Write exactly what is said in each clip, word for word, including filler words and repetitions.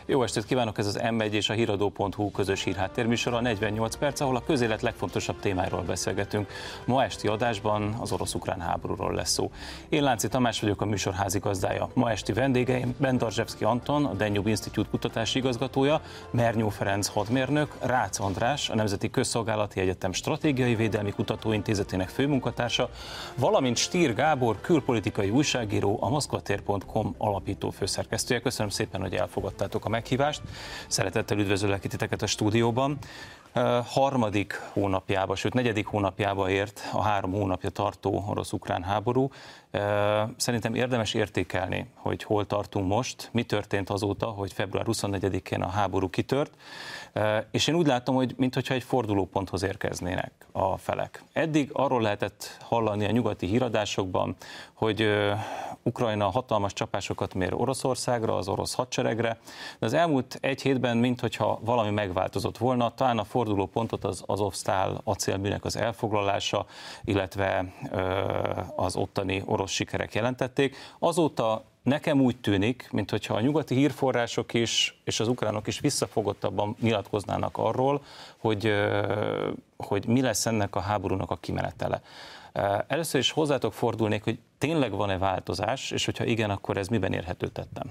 Jó estét kívánok, ez az em egy és a híradó pont hu közös hírháttérműsora, negyvennyolc perc, ahol a közélet legfontosabb témáiról beszélgetünk. Ma esti adásban az orosz-ukrán háborúról lesz szó. Én Lánci Tamás vagyok, a műsor házigazdája. Ma esti vendégeim Bendarzsevszky Anton, a Danube Institute kutatási igazgatója, Mernyó Ferenc hadmérnök, Rácz András, a Nemzeti Közszolgálati Egyetem Stratégiai Védelmi Kutatóintézetének főmunkatársa, valamint Stír Gábor, külpolitikai újságíró, a moszkvatér pont com alapító főszerkesztője. Köszönöm szépen, hogy elfogadtátok a meghívást. Szeretettel üdvözöllek itt titeket a stúdióban. Harmadik hónapjába, sőt negyedik hónapjába ért a három hónapja tartó orosz-ukrán háború. Szerintem érdemes értékelni, hogy hol tartunk most, mi történt azóta, hogy február huszonnegyedikén a háború kitört, és én úgy látom, hogy minthogyha egy fordulóponthoz érkeznének a felek. Eddig arról lehetett hallani a nyugati híradásokban, hogy Ukrajna hatalmas csapásokat mér Oroszországra, az orosz hadseregre, de az elmúlt egy hétben minthogyha valami megváltozott volna, talán a fordulópontot az Azovsztál acélműnek az elfoglalása, illetve az ottani orosz sikerek jelentették. Azóta nekem úgy tűnik, minthogyha a nyugati hírforrások is, és az ukránok is visszafogottabban nyilatkoznának arról, hogy, hogy mi lesz ennek a háborúnak a kimenetele. Először is hozzátok fordulnék, hogy tényleg van-e változás, és hogyha igen, akkor ez miben érhető tetten?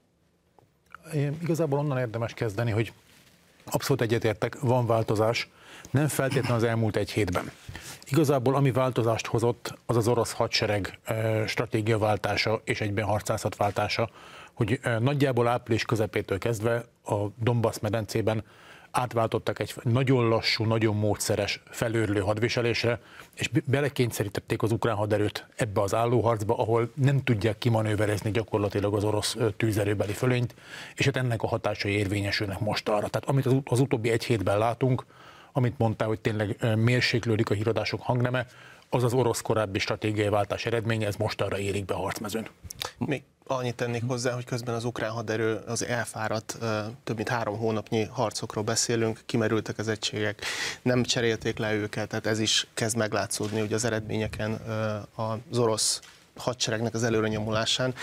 Én igazából onnan érdemes kezdeni, hogy abszolút egyetértek, van változás, nem feltétlenül az elmúlt egy hétben. Igazából ami változást hozott, az az orosz hadsereg stratégiaváltása és egyben harcászatváltása, hogy nagyjából április közepétől kezdve a Donbass medencében átváltottak egy nagyon lassú, nagyon módszeres, felőrlő hadviselésre, és belekényszerítették az ukrán haderőt ebbe az állóharcba, ahol nem tudják kimanőverezni gyakorlatilag az orosz tűzerőbeli fölényt, és hát ennek a hatásai érvényesülnek most arra. Tehát amit az, az utóbbi egy hétben látunk, amit mondtál, hogy tényleg mérséklődik a híradások hangneme, az az orosz korábbi stratégiai váltás eredménye, ez most arra érik be a harcmezőn. Még annyit tennék hozzá, hogy közben az ukrán haderő az elfáradt, több mint három hónapnyi harcokról beszélünk, kimerültek az egységek, nem cserélték le őket, tehát ez is kezd meglátszódni ugye az eredményeken, az orosz hadseregnek az előrenyomulásán.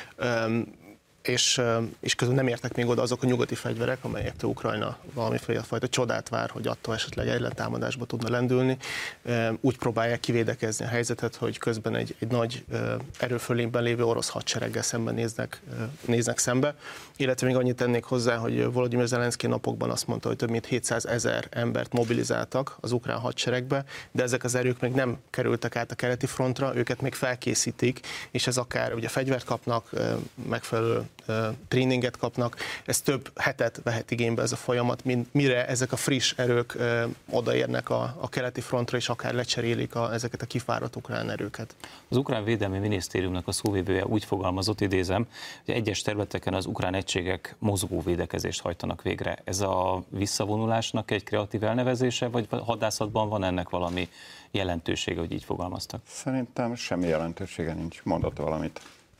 És, és közben nem értek még oda azok a nyugati fegyverek, amelyektől Ukrajna valamiféle fajta csodát vár, hogy attól esetleg ellentámadásba tudna lendülni. Úgy próbálják kivédekezni a helyzetet, hogy közben egy, egy nagy erőfölényben lévő orosz hadsereggel szemben néznek, néznek szembe. Illetve még annyit tennék hozzá, hogy Volodymyr Zelenszky napokban azt mondta, hogy több mint hétszázezer embert mobilizáltak az ukrán hadseregbe, de ezek az erők még nem kerültek át a keleti frontra, őket még felkészítik, és ez akár ugye fegyvert kapnak, megfelelő tréninget kapnak, ez több hetet vehet igénybe ez a folyamat, mint mire ezek a friss erők ö, odaérnek a, a keleti frontra, és akár lecserélik a, ezeket a kifáradt ukrán erőket. Az Ukrán Védelmi Minisztériumnak a szóvivője úgy fogalmazott, idézem, hogy egyes területeken az ukrán egységek mozgó védekezést hajtanak végre. Ez a visszavonulásnak egy kreatív elnevezése, vagy hadászatban van ennek valami jelentősége, hogy így fogalmaztak? Szerintem semmi jelentősége nincs. Mondott valamit.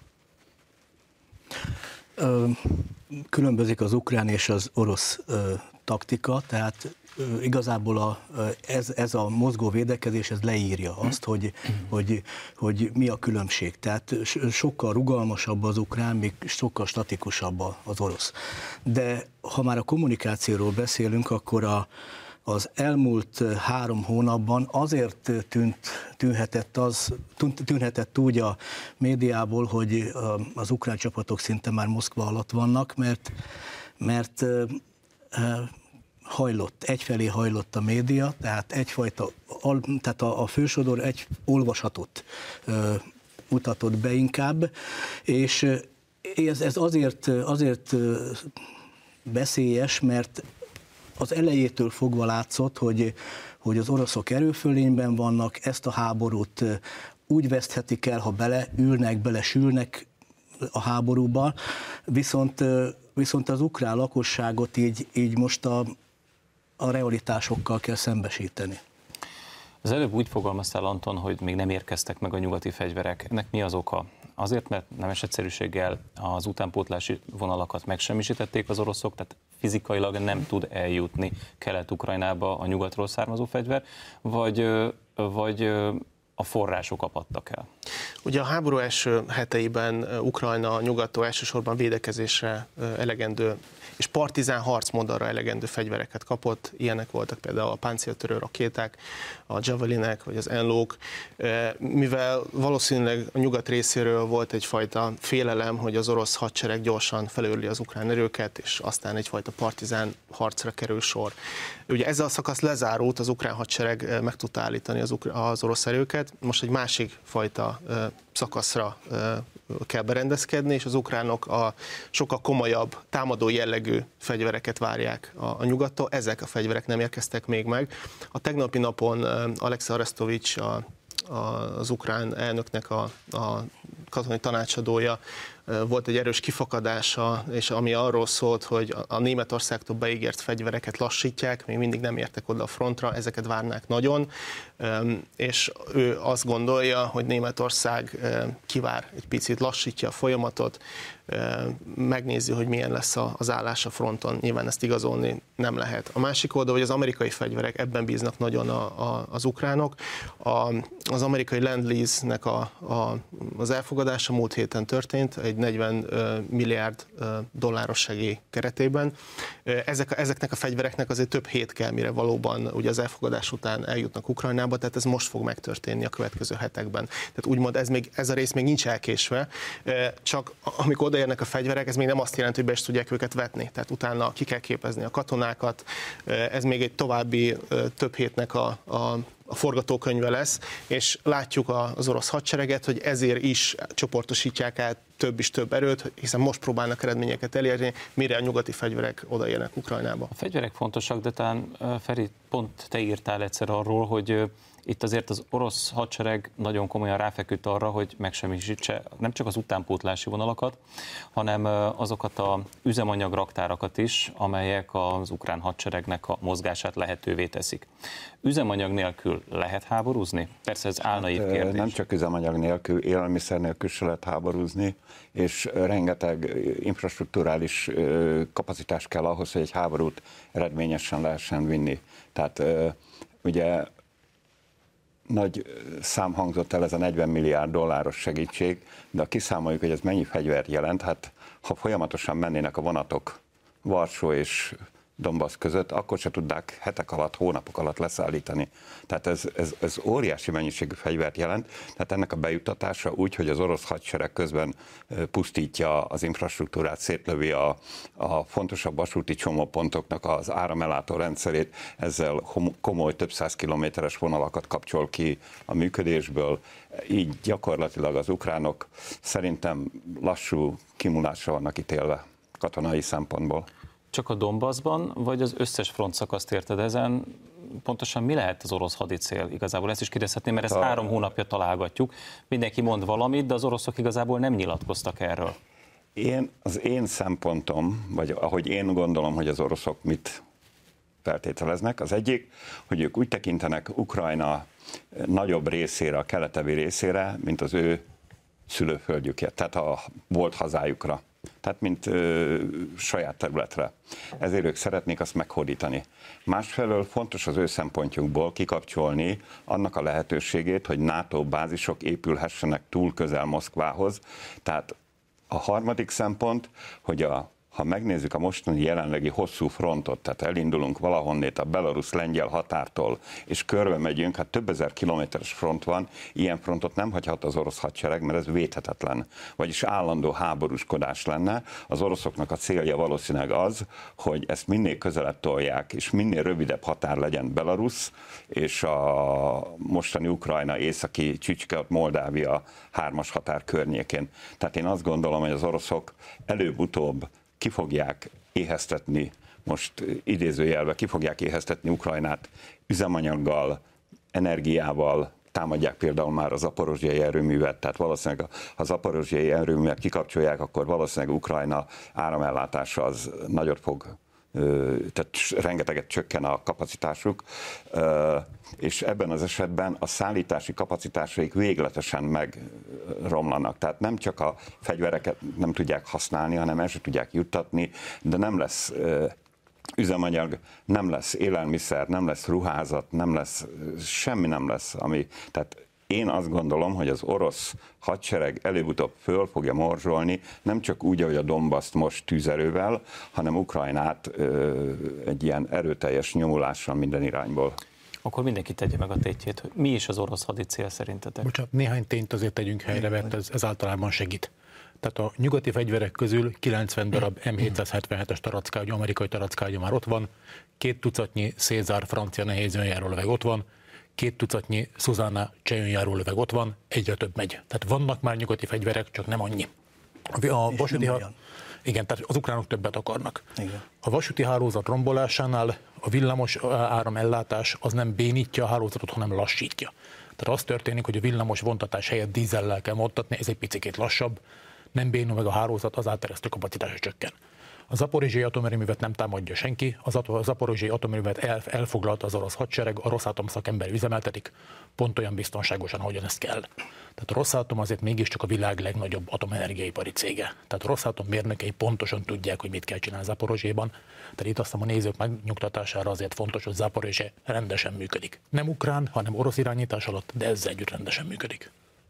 Különbözik az ukrán és az orosz ö, taktika, tehát ö, igazából a, ez, ez a mozgó védekezés ez leírja azt, hogy, hogy, hogy mi a különbség. Tehát sokkal rugalmasabb az ukrán, még sokkal statikusabb az orosz. De ha már a kommunikációról beszélünk, akkor a az elmúlt három hónapban azért tűnt, tűnhetett, az, tűnhetett úgy a médiából, hogy az ukrán csapatok szinte már Moszkva alatt vannak, mert, mert hajlott, egyfelé hajlott a média, tehát egyfajta, tehát a, a fősodor egy olvasatot mutatott be inkább, és ez, ez azért, azért veszélyes, mert az elejétől fogva látszott, hogy, hogy az oroszok erőfölényben vannak, ezt a háborút úgy veszthetik el, ha beleülnek, belesülnek a háborúba, viszont, viszont az ukrán lakosságot így, így most a, a realitásokkal kell szembesíteni. Az előbb úgy fogalmaztál, Anton, hogy még nem érkeztek meg a nyugati fegyverek. Ennek mi az oka? Azért, mert nemes egyszerűséggel az utánpótlási vonalakat megsemmisítették az oroszok, tehát fizikailag nem tud eljutni Kelet-Ukrajnába a nyugatról származó fegyver, vagy, vagy a források apadtak el? Ugye a háború első heteiben Ukrajna nyugattól elsősorban védekezésre elegendő és partizán harcmodorra elegendő fegyvereket kapott. Ilyenek voltak például a páncéltörő rakéták, a javelinek vagy az enlók, mivel valószínűleg a nyugat részéről volt egyfajta félelem, hogy az orosz hadsereg gyorsan felőrli az ukrán erőket, és aztán egyfajta partizán harcra kerül sor. Ugye ezzel a szakasz lezárult, az ukrán hadsereg meg tudta állítani az, az orosz erőket, most egy másik fajta szakaszra kell berendezkedni, és az ukránok a sokkal komolyabb, támadó jellegű fegyvereket várják a, a nyugattól. Ezek a fegyverek nem érkeztek még meg. A tegnapi napon Alexej Arestovics, a, a, az ukrán elnöknek a, a katonai tanácsadója, volt egy erős kifakadása, és ami arról szólt, hogy a Németországtól beígért fegyvereket lassítják, még mindig nem értek oda a frontra, ezeket várnák nagyon, és ő azt gondolja, hogy Németország kivár egy picit, lassítja a folyamatot, megnézi, hogy milyen lesz az állás a fronton. Nyilván ezt igazolni nem lehet. A másik oldal, hogy az amerikai fegyverek, ebben bíznak nagyon a, a, az ukránok. A, az amerikai Lend-Lease-nek a, a, az elfogadása múlt héten történt, egy negyven milliárd dolláros segély keretében. Ezek, ezeknek a fegyvereknek azért több hét kell, mire valóban ugye az elfogadás után eljutnak Ukrajnába, tehát ez most fog megtörténni a következő hetekben. Tehát úgymond ez, még, ez a rész még nincs elkésve, csak amikor odaérnek a fegyverek, ez még nem azt jelenti, hogy be is tudják őket vetni. Tehát utána ki kell képezni a katonákat, ez még egy további több hétnek a, a a forgatókönyve lesz, és látjuk az orosz hadsereget, hogy ezért is csoportosítják át több és több erőt, hiszen most próbálnak eredményeket elérni, mire a nyugati fegyverek odaérnek Ukrajnába. A fegyverek fontosak, de talán Feri, pont te írtál egyszer arról, hogy itt azért az orosz hadsereg nagyon komolyan ráfeküdt arra, hogy megsemmisítse nem csak az utánpótlási vonalakat, hanem azokat az üzemanyagraktárakat is, amelyek az ukrán hadseregnek a mozgását lehetővé teszik. Üzemanyag nélkül lehet háborúzni? Persze ez álnaív kérdés. Nem csak üzemanyag nélkül, élelmiszer nélkül se lehet háborúzni, és rengeteg infrastrukturális kapacitás kell ahhoz, hogy egy háborút eredményesen lehessen vinni. Tehát ugye nagy szám hangzott el ez a negyven milliárd dolláros segítség, de ha kiszámoljuk, hogy ez mennyi fegyvert jelent, hát ha folyamatosan mennének a vonatok Varsó és Donbass között, akkor se tudnák hetek alatt, hónapok alatt leszállítani. Tehát ez, ez, ez óriási mennyiségű fegyvert jelent, tehát ennek a bejuttatása úgy, hogy az orosz hadsereg közben pusztítja az infrastruktúrát, szétlövi a, a fontosabb vasúti csomópontoknak az áramellátó rendszerét, ezzel komoly több száz kilométeres vonalakat kapcsol ki a működésből, így gyakorlatilag az ukránok szerintem lassú kimulásra vannak ítélve katonai szempontból. Csak a Donbassban, vagy az összes frontszakaszt érted ezen? Pontosan mi lehet az orosz hadicél? Igazából ezt is kérdezhetném, mert ezt a... három hónapja találgatjuk. Mindenki mond valamit, de az oroszok igazából nem nyilatkoztak erről. Én, az én szempontom, vagy ahogy én gondolom, hogy az oroszok mit feltételeznek, az egyik, hogy ők úgy tekintenek Ukrajna nagyobb részére, a keletebbi részére, mint az ő szülőföldjükért, tehát a volt hazájukra. Tehát mint ö, saját területre. Ezért ők szeretnék azt meghódítani. Másfelől fontos az ő szempontjukból kikapcsolni annak a lehetőségét, hogy NATO bázisok épülhessenek túl közel Moszkvához. Tehát a harmadik szempont, hogy a ha megnézzük a mostani jelenlegi hosszú frontot, tehát elindulunk valahonnét a belarusz-lengyel határtól, és körbe megyünk, hát több ezer kilométeres front van, ilyen frontot nem hagyhat az orosz hadsereg, mert ez védhetetlen. Vagyis állandó háborúskodás lenne. Az oroszoknak a célja valószínűleg az, hogy ezt minél közelebb tolják, és minél rövidebb határ legyen Belarusz, és a mostani Ukrajna északi csücske, Moldávia hármas határ környékén. Tehát én azt gondolom, hogy az oroszok előbb-utóbb ki fogják éheztetni, most idézőjelben ki fogják éheztetni Ukrajnát üzemanyaggal, energiával, támadják például már a zaporozsiai erőművet, tehát valószínűleg ha a zaporozsiai erőművet kikapcsolják, akkor valószínűleg Ukrajna áramellátása az nagyot fog, tehát rengeteget csökken a kapacitásuk, és ebben az esetben a szállítási kapacitásaik végletesen megromlanak. Tehát nem csak a fegyvereket nem tudják használni, hanem el sem tudják juttatni, de nem lesz üzemanyag, nem lesz élelmiszer, nem lesz ruházat, nem lesz, semmi nem lesz, ami, tehát én azt gondolom, hogy az orosz hadsereg előbb-utóbb föl fogja morzsolni, nem csak úgy, ahogy a Donbaszt most tűzerővel, hanem Ukrajnát ö, egy ilyen erőteljes nyomulással minden irányból. Akkor mindenki tegye meg a tétjét, hogy mi is az orosz hadicél szerintetek? Bocsánat, néhány tényt azért tegyünk helyre, mert ez, ez általában segít. Tehát a nyugati fegyverek közül kilencven darab em hétszázhetvenhetes tarackágyú, amerikai tarackágyú már ott van, két tucatnyi Cézár francia nehéz önjárólöveg ott van, két tucatnyi Susanna cseh önjárólöveg ott van, egyre több megy. Tehát vannak már nyugati fegyverek, csak nem annyi. A vasúti ha... Igen, tehát az ukránok többet akarnak. Igen. A vasúti hálózat rombolásánál a villamos áramellátás az nem bénítja a hálózatot, hanem lassítja. Tehát az történik, hogy a villamos vontatás helyett dízellel kell vontatni, ez egy picikét lassabb, nem bénul meg a hálózat, az áteresztő kapacitása csökken. A zaporizsiai atomerőművet nem támadja senki, a zaporizsiai atomerőművet el, elfoglalta az orosz hadsereg, a Rosatom szakember üzemeltetik, pont olyan biztonságosan, ahogyan ezt kell. Tehát a Rosatom azért mégiscsak a világ legnagyobb atomenergiaipari cége. Tehát a Rosatom mérnökei pontosan tudják, hogy mit kell csinálni Zaporizsében. Tehát itt azt hiszem a nézők megnyugtatására azért fontos, hogy Zaporizsé rendesen működik. Nem ukrán, hanem orosz irányítás alatt, de ezzel együtt rendesen működik.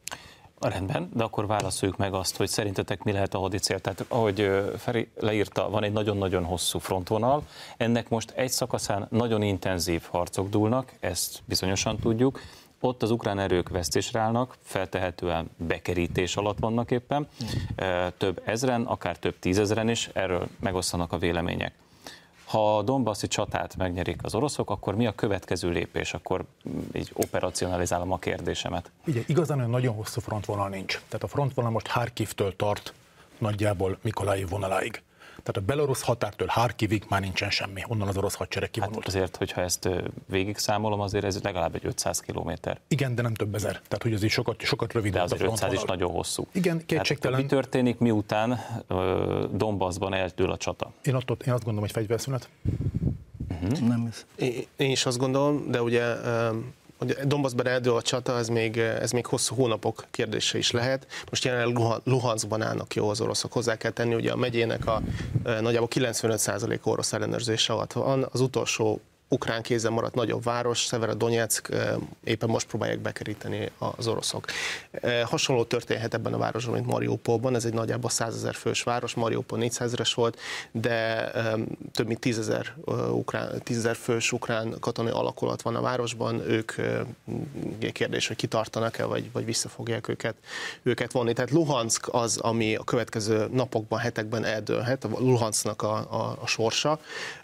Rendben, de akkor válaszoljuk meg azt, hogy szerintetek mi lehet a hadicél. Tehát ahogy Feri leírta, van egy nagyon-nagyon hosszú frontvonal, ennek most egy szakaszán nagyon intenzív harcok dúlnak, ezt bizonyosan tudjuk. Ott az ukrán erők vesztésre állnak, feltehetően bekerítés alatt vannak éppen, több ezren, akár több tízezren is, erről megosztanak a vélemények. Ha a donbaszi csatát megnyerik az oroszok, akkor mi a következő lépés? Akkor így operacionalizálom a kérdésemet. Ugye, igazán olyan nagyon hosszú frontvonal nincs. Tehát a frontvonal most Harkivtől tart nagyjából Mikolajiv vonaláig. Tehát a belorusz határtól Harkivig már nincsen semmi, onnan az orosz hadsereg kivonult. Hát azért, hogyha ezt végig számolom, azért ez legalább egy ötszáz kilométer. Igen, de nem több ezer. Tehát, hogy az is sokat, sokat rövidebb. De az ötszáz is nagyon hosszú. Igen, kétségtelen. Hát, mi történik, miután Donbassban eldől a csata? Én, attól, én azt gondolom, hogy fegyverszünet. Uh-huh. Nem én, én is azt gondolom, de ugye hogy Donbaszban eldől a csata, ez még, ez még hosszú hónapok kérdése is lehet. Most jelenleg Luhanskban állnak jó az oroszok. Hozzá kell tenni, ugye a megyének a nagyjából kilencvenöt százalék orosz ellenőrzése alatt van. Az utolsó ukrán kézen maradt nagyobb város, Szeverodonyeck, éppen most próbálják bekeríteni az oroszok. Hasonló történhet ebben a városban, mint Mariupolban, ez egy nagyjából százezer fős város, Mariupol négyszázezres volt, de több mint tízezer, ukrán, tízezer fős ukrán katonai alakulat van a városban, ők kérdés, hogy kitartanak-e, vagy, vagy vissza fogják őket, őket vonni. Tehát Luhansk az, ami a következő napokban, hetekben eldőlhet, a Luhansknak a, a, a sorsa.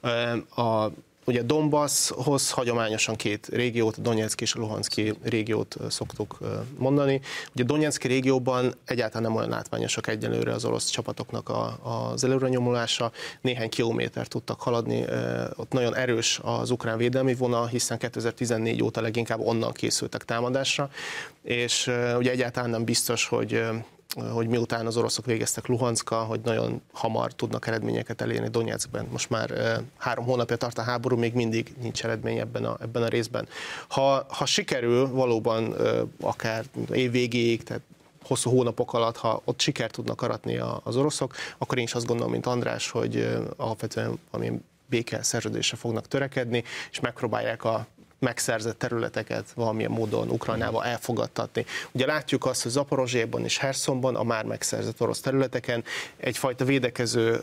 A Ugye Donbasshoz hagyományosan két régiót, a Donyeck és a Luhanszki régiót szoktuk mondani. Ugye a Donyeck régióban egyáltalán nem olyan látványosak egyelőre az orosz csapatoknak a, az előrenyomulása. Néhány kilométer tudtak haladni, ott nagyon erős az ukrán védelmi vonal, hiszen kétezer-tizennégy óta leginkább onnan készültek támadásra, és ugye egyáltalán nem biztos, hogy hogy miután az oroszok végeztek Luhanszka, hogy nagyon hamar tudnak eredményeket elérni Donyeckben. Most már e, három hónapja tart a háború, még mindig nincs eredmény ebben a, ebben a részben. Ha, ha sikerül valóban e, akár év végéig, tehát hosszú hónapok alatt, ha ott sikert tudnak aratni az oroszok, akkor én is azt gondolom, mint András, hogy e, alapvetően valamilyen béke szerződésre fognak törekedni, és megpróbálják a megszerzett területeket valamilyen módon Ukrajnába elfogadtatni. Ugye látjuk azt, hogy Zaporozséban és Herszonban, a már megszerzett orosz területeken egyfajta védekező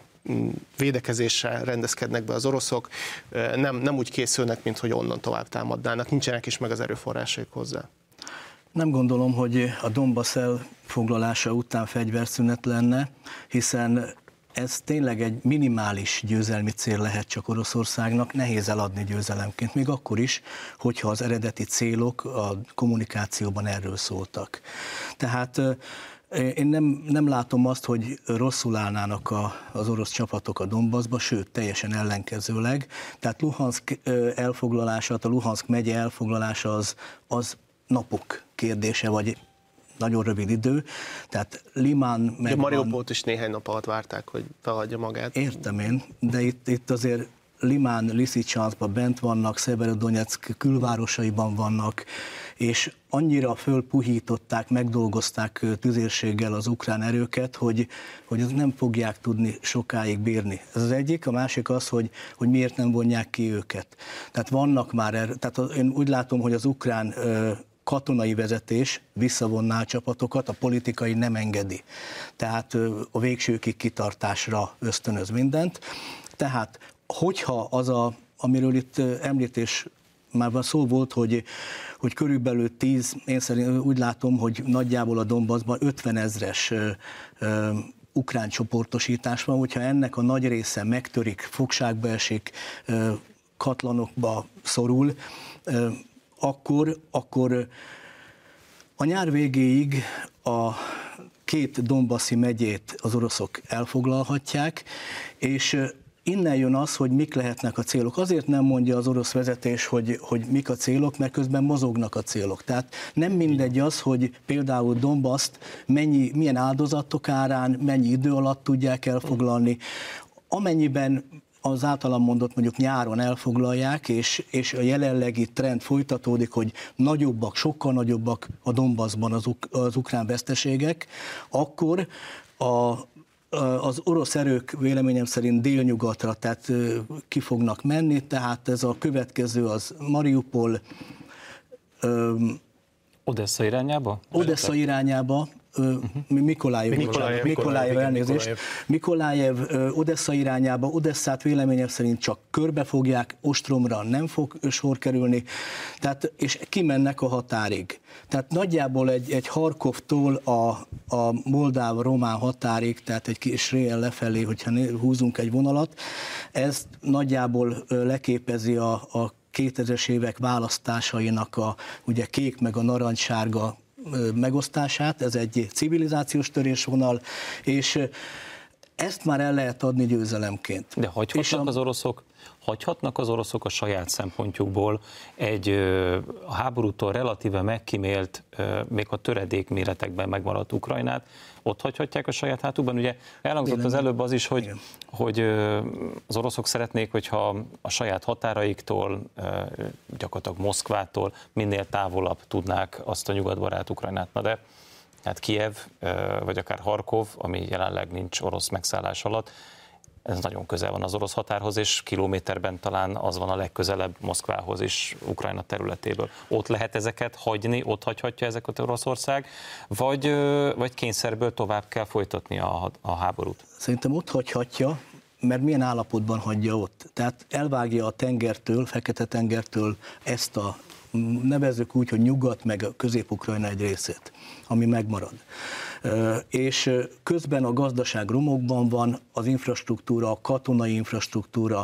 védekezéssel rendezkednek be az oroszok, nem, nem úgy készülnek, mint hogy onnan tovább támadnának, nincsenek is meg az erőforrásaik hozzá. Nem gondolom, hogy a Donbass elfoglalása után fegyverszünet lenne, hiszen ez tényleg egy minimális győzelmi cél lehet csak Oroszországnak, nehéz eladni győzelemként, még akkor is, hogyha az eredeti célok a kommunikációban erről szóltak. Tehát én nem, nem látom azt, hogy rosszul állnának a, az orosz csapatok a Donbassba, sőt, teljesen ellenkezőleg. Tehát Luhanszk elfoglalása, a Luhanszk megye elfoglalása az, az napok kérdése, vagy nagyon rövid idő, tehát Limán megvan... De Mariupolt is néhány nap alatt várták, hogy feladja magát. Értem én, de itt, itt azért Limán, Liszicsanszban bent vannak, Szeverodonyeck külvárosaiban vannak, és annyira fölpuhították, megdolgozták tüzérséggel az ukrán erőket, hogy, hogy nem fogják tudni sokáig bírni. Ez az egyik, a másik az, hogy, hogy miért nem vonják ki őket. Tehát vannak már, er, tehát én úgy látom, hogy az ukrán katonai vezetés visszavonná a csapatokat, a politikai nem engedi. Tehát a végsőkig kitartásra ösztönöz mindent. Tehát, hogyha az a, amiről itt említés már van szó volt, hogy, hogy körülbelül tíz, én szerint úgy látom, hogy nagyjából a Donbassban ötven ezres ukrán csoportosítás van, hogyha ennek a nagy része megtörik, fogságba esik, ö, katlanokba szorul, ö, akkor, akkor a nyár végéig a két donbassi megyét az oroszok elfoglalhatják, és innen jön az, hogy mik lehetnek a célok. Azért nem mondja az orosz vezetés, hogy, hogy mik a célok, mert közben mozognak a célok. Tehát nem mindegy az, hogy például Donbaszt mennyi, milyen áldozatok árán, mennyi idő alatt tudják elfoglalni. Amennyiben az általam mondott mondjuk nyáron elfoglalják, és, és a jelenlegi trend folytatódik, hogy nagyobbak, sokkal nagyobbak a Donbassban az, uk, az ukrán veszteségek, akkor a az orosz erők véleményem szerint délnyugatra, tehát ki fognak menni, tehát ez a következő az Mariupol, Odessa irányába? Odessa irányába, uh-huh. Mikolájev, Mikolájev, Mikolájev, elnézést, Mikolájev Odessa irányába, Odesszát véleményem szerint csak körbe fogják, ostromra nem fog sor kerülni, tehát, és kimennek a határig. Tehát nagyjából egy, egy Harkovtól a, a moldáv-román határig, tehát egy kis régen lefelé, hogyha húzunk egy vonalat, ez nagyjából leképezi a, a kétezres évek választásainak a ugye kék meg a narancssárga megosztását, ez egy civilizációs törésvonal, és ezt már el lehet adni győzelemként. De hagyhatnak az oroszok, hagyhatnak az oroszok a saját szempontjukból egy a háborútól relatíve megkímélt, még a töredék méretekben megmaradt Ukrajnát, ott hagyhatják a saját hátukban. Ugye elhangzott az előbb az is, hogy, hogy az oroszok szeretnék, hogyha a saját határaiktól, gyakorlatilag Moszkvától minél távolabb tudnák azt a nyugatbarát Ukrajnát. Na de hát Kijev, vagy akár Harkov, ami jelenleg nincs orosz megszállás alatt, ez nagyon közel van az orosz határhoz, és kilométerben talán az van a legközelebb Moszkvához is, Ukrajna területéből. Ott lehet ezeket hagyni, ott hagyhatja ezeket Oroszország, vagy, vagy kényszerből tovább kell folytatni a, a háborút? Szerintem ott hagyhatja, mert milyen állapotban hagyja ott. Tehát elvágja a tengertől, Fekete-tengertől ezt a, nevezzük úgy, hogy nyugat, meg a Közép-Ukrajna egy részét, ami megmarad. És közben a gazdaság romokban van, az infrastruktúra, a katonai infrastruktúra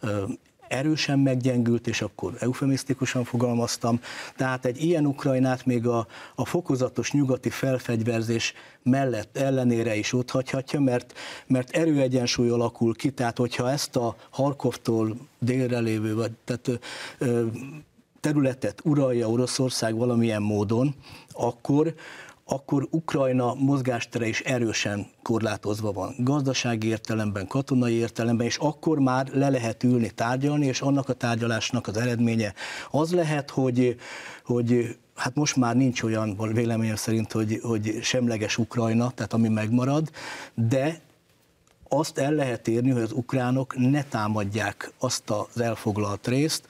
erősen meggyengült, és akkor eufemisztikusan fogalmaztam, tehát egy ilyen Ukrajnát még a, a fokozatos nyugati felfegyverzés mellett ellenére is ott hagyhatja, mert, mert erőegyensúly alakul ki, tehát hogyha ezt a Harkovtól délre lévő, vagy, tehát, ö, területet uralja Oroszország valamilyen módon, akkor akkor Ukrajna mozgástere is erősen korlátozva van. Gazdasági értelemben, katonai értelemben, és akkor már le lehet ülni, tárgyalni, és annak a tárgyalásnak az eredménye az lehet, hogy, hogy hát most már nincs olyan véleményem szerint, hogy, hogy semleges Ukrajna, tehát ami megmarad, de azt el lehet érni, hogy az ukránok ne támadják azt az elfoglalt részt,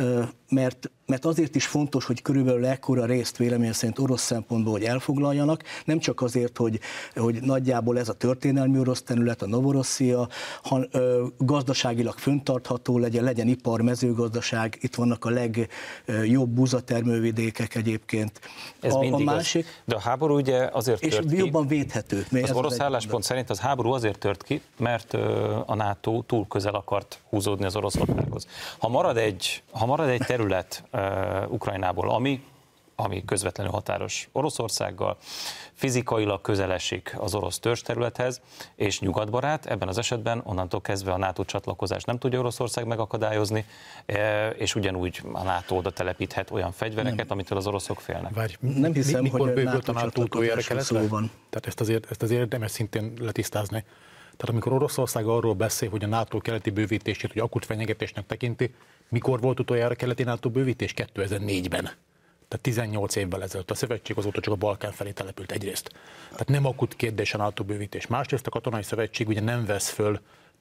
mert, mert azért is fontos, hogy körülbelül ekkora részt véleményem szerint orosz szempontból, hogy elfoglaljanak, nem csak azért, hogy, hogy nagyjából ez a történelmi orosz terület, a Novorosszia, han, ö, gazdaságilag föntartható legyen, legyen ipar, mezőgazdaság, itt vannak a legjobb búzatermővidékek egyébként. Ez a, mindig a másik, az. De a háború ugye azért és tört ki. jobban védhető. Az orosz álláspont szerint az háború azért tört ki, mert a NATO túl közel akart húzódni az orosz határhoz. Ha marad egy, ha marad egy terület uh, Ukrajnából, ami, ami közvetlenül határos Oroszországgal, fizikailag közel esik az orosz törzsterülethez, és nyugatbarát, ebben az esetben onnantól kezdve a NATO csatlakozást nem tudja Oroszország megakadályozni, és ugyanúgy a NATO oda telepíthet olyan fegyvereket, nem. amitől az oroszok félnek. Várj, nem hiszem, mikor hogy bővült a NATO utoljára keletre? Van. Tehát ezt azért, ezt azért érdemes szintén letisztázni. Tehát amikor Oroszország arról beszél, hogy a NATO keleti bővítését, hogy akut fenyegetésnek tekinti, mikor volt utoljára keleti NATO bővítés? kétezer-négyben. Tehát tizennyolc évvel ezelőtt. A szövetség azóta csak a Balkán felé települt egyrészt. Tehát nem akut kérdés a NATO bővítés. Másrészt a katonai szövetség ugye nem vesz föl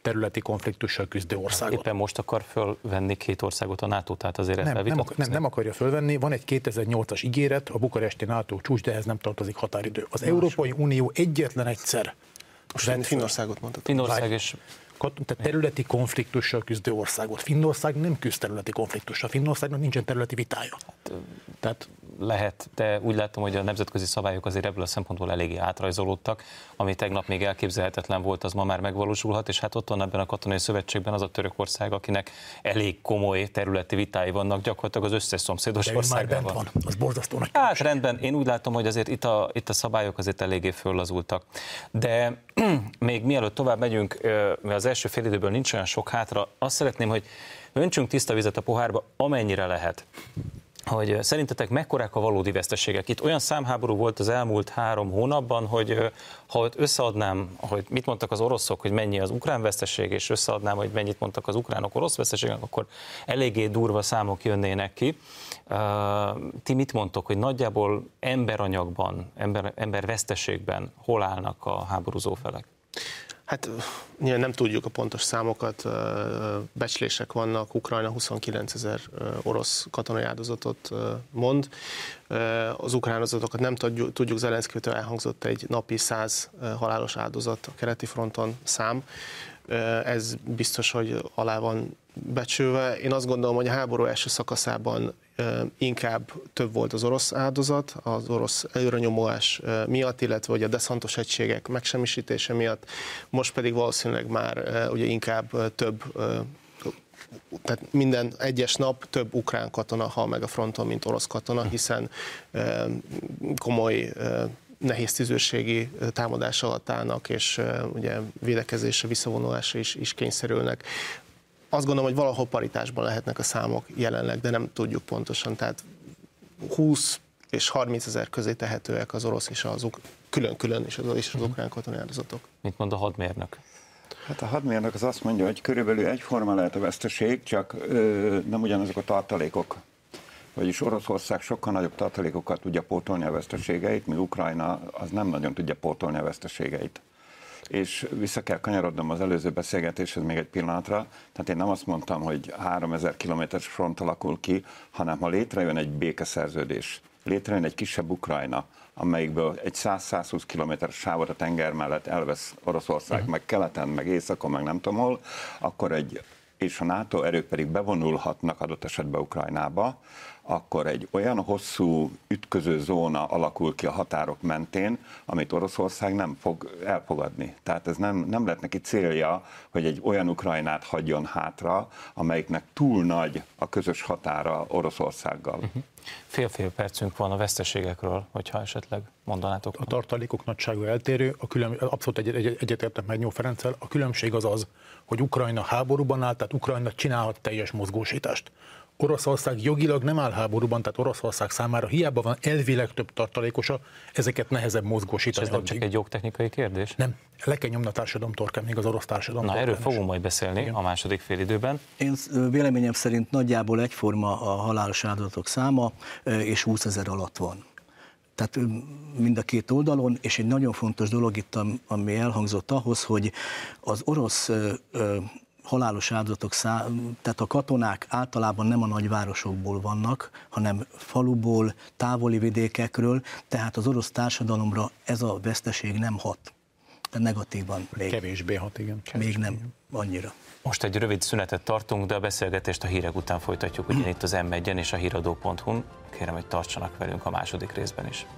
területi konfliktussal küzdő országot. Éppen most akar fölvenni két országot a NATO, tehát azért nem, nem, akar, nem, nem akarja fölvenni, van egy kétezer-nyolcas ígéret, a bukaresti NATO csúcs, de ez nem tartozik határidő. Az Más. Európai Unió egyetlen egyszer. Most Finnországot mondtad. Finnország és... Tehát területi konfliktussal küzdő országot. Finnország nem küzd területi konfliktussal. Finnországnak nincsen területi vitája. Hát, tehát lehet, de úgy látom, hogy a nemzetközi szabályok azért ebből a szempontból eléggé átrajzolódtak, ami tegnap még elképzelhetetlen volt, az ma már megvalósulhat, és hát ott van ebben a katonai szövetségben az a Törökország, akinek elég komoly területi vitái vannak gyakorlatilag az összes szomszédos országban. Már bent van, az borzasztó nagy. Hát rendben, én úgy látom, hogy azért itt a, itt a szabályok azért eléggé föllazultak. De még mielőtt tovább megyünk, mert az első fél időből nincs olyan sok hátra, azt szeretném, hogy öntsünk tiszta vizet a pohárba, amennyire lehet. Hogy szerintetek mekkorák a valódi veszteségek? Itt olyan számháború volt az elmúlt három hónapban, hogy ha ott összeadnám, hogy mit mondtak az oroszok, hogy mennyi az ukrán veszteség, és összeadnám, hogy mennyit mondtak az ukránok orosz veszteségek, akkor eléggé durva számok jönnének ki. Ti mit mondtok, hogy nagyjából emberanyagban, ember, emberveszteségben hol állnak a háborúzó felek? Hát nyilván nem tudjuk a pontos számokat, becslések vannak, Ukrajna huszonkilencezer orosz katonai áldozatot mond. Az ukrán áldozatokat nem tudjuk, tudjuk Zelenszkijtől elhangzott egy napi száz halálos áldozat a keleti fronton szám. Ez biztos, hogy alá van becsülve. Én azt gondolom, hogy a háború első szakaszában inkább több volt az orosz áldozat, az orosz előrenyomulás miatt, illetve hogy a deszantos egységek megsemmisítése miatt, most pedig valószínűleg már ugye inkább több, tehát minden egyes nap több ukrán katona hal meg a fronton, mint orosz katona, hiszen komoly nehéz tüzérségi támadás alatt állnak, és ugye védekezésre, visszavonulásra is, is kényszerülnek. Azt gondolom, hogy valahol paritásban lehetnek a számok jelenleg, de nem tudjuk pontosan. Tehát húsz és harminc ezer közé tehetőek az orosz és az külön-külön és az, és az ukrán katonai áldozatok. Mit mond a hadmérnök? Hát a hadmérnök az azt mondja, hogy körülbelül egyforma lehet a veszteség, csak ö, nem ugyanazok a tartalékok. Vagyis Oroszország sokkal nagyobb tartalékokat tudja pótolni a veszteségeit, míg Ukrajna az nem nagyon tudja pótolni a veszteségeit. És vissza kell kanyarodnom az előző beszélgetéshez még egy pillanatra, tehát én nem azt mondtam, hogy háromezer kilométeres front alakul ki, hanem ha létrejön egy békeszerződés, létrejön egy kisebb Ukrajna, amelyikből egy száz-százhúsz kilométeres sávot a tenger mellett elvesz Oroszország, uh-huh. meg keleten, meg északon, meg nem tudom hol, akkor egy, és a NATO erők pedig bevonulhatnak adott esetben Ukrajnába, akkor egy olyan hosszú ütköző zóna alakul ki a határok mentén, amit Oroszország nem fog elfogadni. Tehát ez nem, nem lett neki célja, hogy egy olyan Ukrajnát hagyjon hátra, amelyiknek túl nagy a közös határa Oroszországgal. Uh-huh. Fél-fél percünk van a veszteségekről, hogyha esetleg mondanátok. A tartalékok nagysága eltérő, a külön, abszolút egy, egy, egyetértek Megnyó Ferenccel, a különbség az az, hogy Ukrajna háborúban áll, tehát Ukrajna csinálhat teljes mozgósítást. Oroszország jogilag nem áll háborúban, tehát Oroszország számára hiába van elvileg több tartalékosa, ezeket nehezebb mozgósítani. És ez nem csak egy jogtechnikai kérdés? Nem. Le kell nyomni a társadalom torkán, még az orosz társadalom. Na, erről fogunk majd beszélni. Igen. A második fél időben. Én véleményem szerint nagyjából egyforma a halálos áldozatok száma, és húszezer alatt van. Tehát mind a két oldalon, és egy nagyon fontos dolog itt, ami elhangzott ahhoz, hogy az orosz halálos áldozatok szám, tehát a katonák általában nem a nagyvárosokból vannak, hanem faluból, távoli vidékekről, tehát az orosz társadalomra ez a veszteség nem hat. De negatívan még. Kevésbé hat, igen. Kevésbé. Még nem annyira. Most egy rövid szünetet tartunk, de a beszélgetést a hírek után folytatjuk, ugyan itt az em egyen és a híradó pont hu-n. Kérem, hogy tartsanak velünk a második részben is.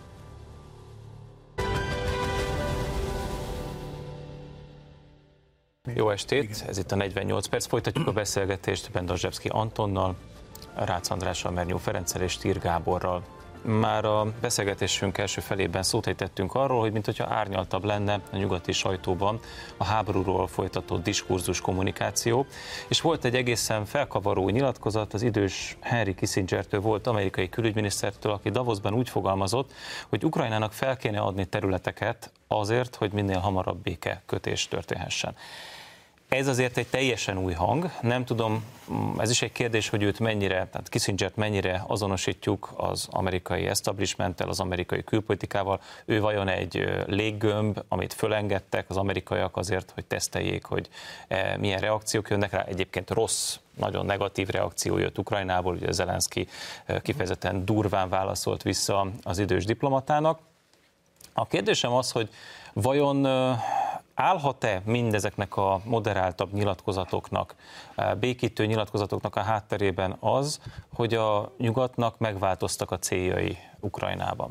Jó estét, ez itt a negyvennyolc perc. Folytatjuk a beszélgetést Bendazsevszky Antonnal, Rácz Andrással, Mernyó Ferenccel és Tir Gáborral. Már a beszélgetésünk első felében szót ejtettünk arról, hogy mintha árnyaltabb lenne a nyugati sajtóban a háborúról folytatott diskurzus kommunikáció, és volt egy egészen felkavaró nyilatkozat az idős Henry Kissingertől, volt amerikai külügyminisztertől, aki Davosban úgy fogalmazott, hogy Ukrajnának fel kéne adni területeket azért, hogy minél hamarabb békekötés történhessen. Ez azért egy teljesen új hang. Nem tudom, ez is egy kérdés, hogy őt mennyire, tehát Kissingert mennyire azonosítjuk az amerikai establishmenttel, az amerikai külpolitikával. Ő vajon egy léggömb, amit fölengedtek az amerikaiak azért, hogy teszteljék, hogy milyen reakciók jönnek rá. Egyébként rossz, nagyon negatív reakció jött Ukrajnából, ugye Zelenszky kifejezetten durván válaszolt vissza az idős diplomatának. A kérdésem az, hogy vajon állhat-e mindezeknek a moderáltabb nyilatkozatoknak, békítő nyilatkozatoknak a hátterében az, hogy a nyugatnak megváltoztak a céljai Ukrajnában?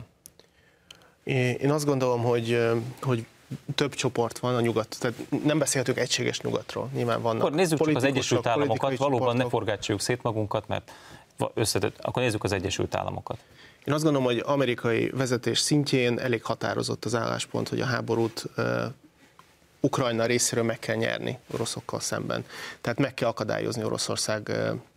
Én azt gondolom, hogy, hogy több csoport van a nyugat, tehát nem beszélhetünk egységes nyugatról. Nyilván vannak. Akkor nézzük csak az Egyesült Államokat, valóban csoportok. Ne forgácsoljuk szét magunkat, mert összetett, akkor nézzük az Egyesült Államokat. Én azt gondolom, hogy amerikai vezetés szintjén elég határozott az álláspont, hogy a háborút Ukrajna részéről meg kell nyerni oroszokkal szemben. Tehát meg kell akadályozni Oroszország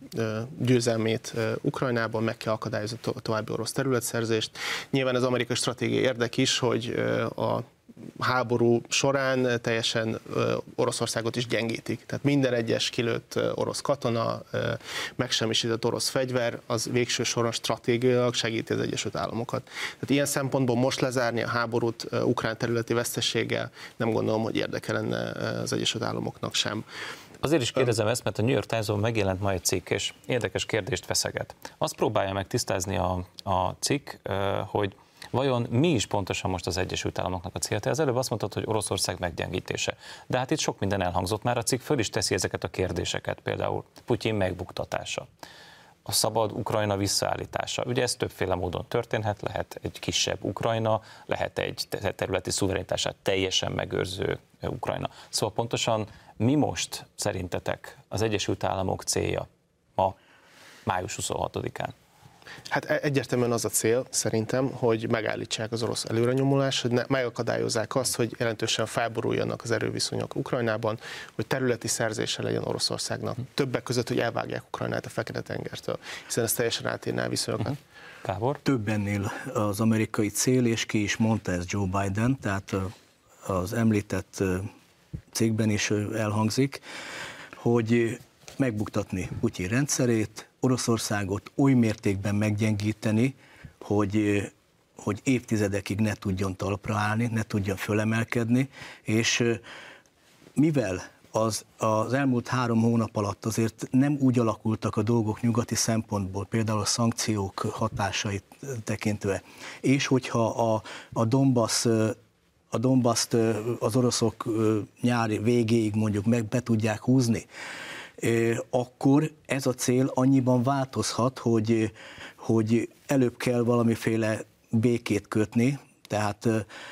győzelmét Ukrajnában, meg kell akadályozni a további orosz területszerzést. Nyilván az amerikai stratégiai érdek is, hogy a háború során teljesen Oroszországot is gyengítik. Tehát minden egyes kilőtt orosz katona, megsemmisített orosz fegyver, az végső soron stratégiailag segíti az Egyesült Államokat. Tehát ilyen szempontból most lezárni a háborút ukrán területi veszteséggel nem gondolom, hogy érdeke lenne az Egyesült Államoknak sem. Azért is kérdezem ezt, mert a New York Times-on megjelent ma egy cikk, és érdekes kérdést feszeget. Azt próbálja meg tisztázni a, a cikk, hogy vajon mi is pontosan most az Egyesült Államoknak a célja? Te az előbb azt mondtad, hogy Oroszország meggyengítése. De hát itt sok minden elhangzott már, a cikk föl is teszi ezeket a kérdéseket, például Putyin megbuktatása, a szabad Ukrajna visszaállítása. Ugye ez többféle módon történhet, lehet egy kisebb Ukrajna, lehet egy területi szuverenitását teljesen megőrző Ukrajna. Szóval pontosan mi most szerintetek az Egyesült Államok célja ma, május huszonhatodikán? Hát egyértelműen az a cél szerintem, hogy megállítsák az orosz előrenyomulást, hogy ne, megakadályozzák azt, hogy jelentősen felboruljanak az erőviszonyok Ukrajnában, hogy területi szerzése legyen Oroszországnak. Többek között, hogy elvágják Ukrajnát a Fekete-tengertől, hiszen ez teljesen átírná a viszonyokat. Gábor? Több ennél az amerikai cél, és ki is mondta ez Joe Biden, tehát az említett cikkben is elhangzik, hogy megbuktatni Putyin rendszerét, Oroszországot oly mértékben meggyengíteni, hogy, hogy évtizedekig ne tudjon talpra állni, ne tudjon fölemelkedni, és mivel az, az elmúlt három hónap alatt azért nem úgy alakultak a dolgok nyugati szempontból, például a szankciók hatásait tekintve, és hogyha a, a Donbass a Donbaszt az oroszok nyári végéig mondjuk meg be tudják húzni, akkor ez a cél annyiban változhat, hogy, hogy előbb kell valamiféle békét kötni. Tehát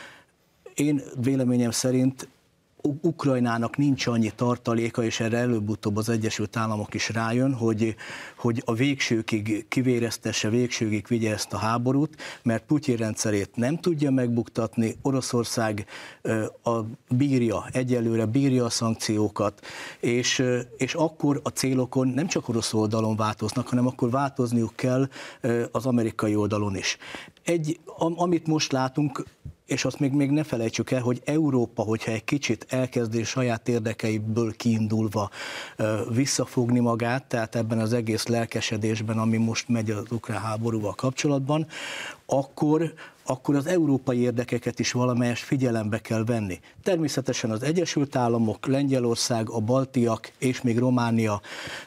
én véleményem szerint Ukrajnának nincs annyi tartaléka, és erre előbb-utóbb az Egyesült Államok is rájön, hogy, hogy a végsőkig kivéreztesse, végsőkig vigye ezt a háborút, mert Putyin rendszerét nem tudja megbuktatni, Oroszország a bírja, egyelőre bírja a szankciókat, és, és akkor a célokon nem csak orosz oldalon változnak, hanem akkor változniuk kell az amerikai oldalon is. Egy, amit most látunk, és azt még, még ne felejtsük el, hogy Európa, hogyha egy kicsit elkezdi saját érdekeiből kiindulva visszafogni magát, tehát ebben az egész lelkesedésben, ami most megy az ukrán háborúval kapcsolatban, akkor, akkor az európai érdekeket is valamelyest figyelembe kell venni. Természetesen az Egyesült Államok, Lengyelország, a baltiak és még Románia,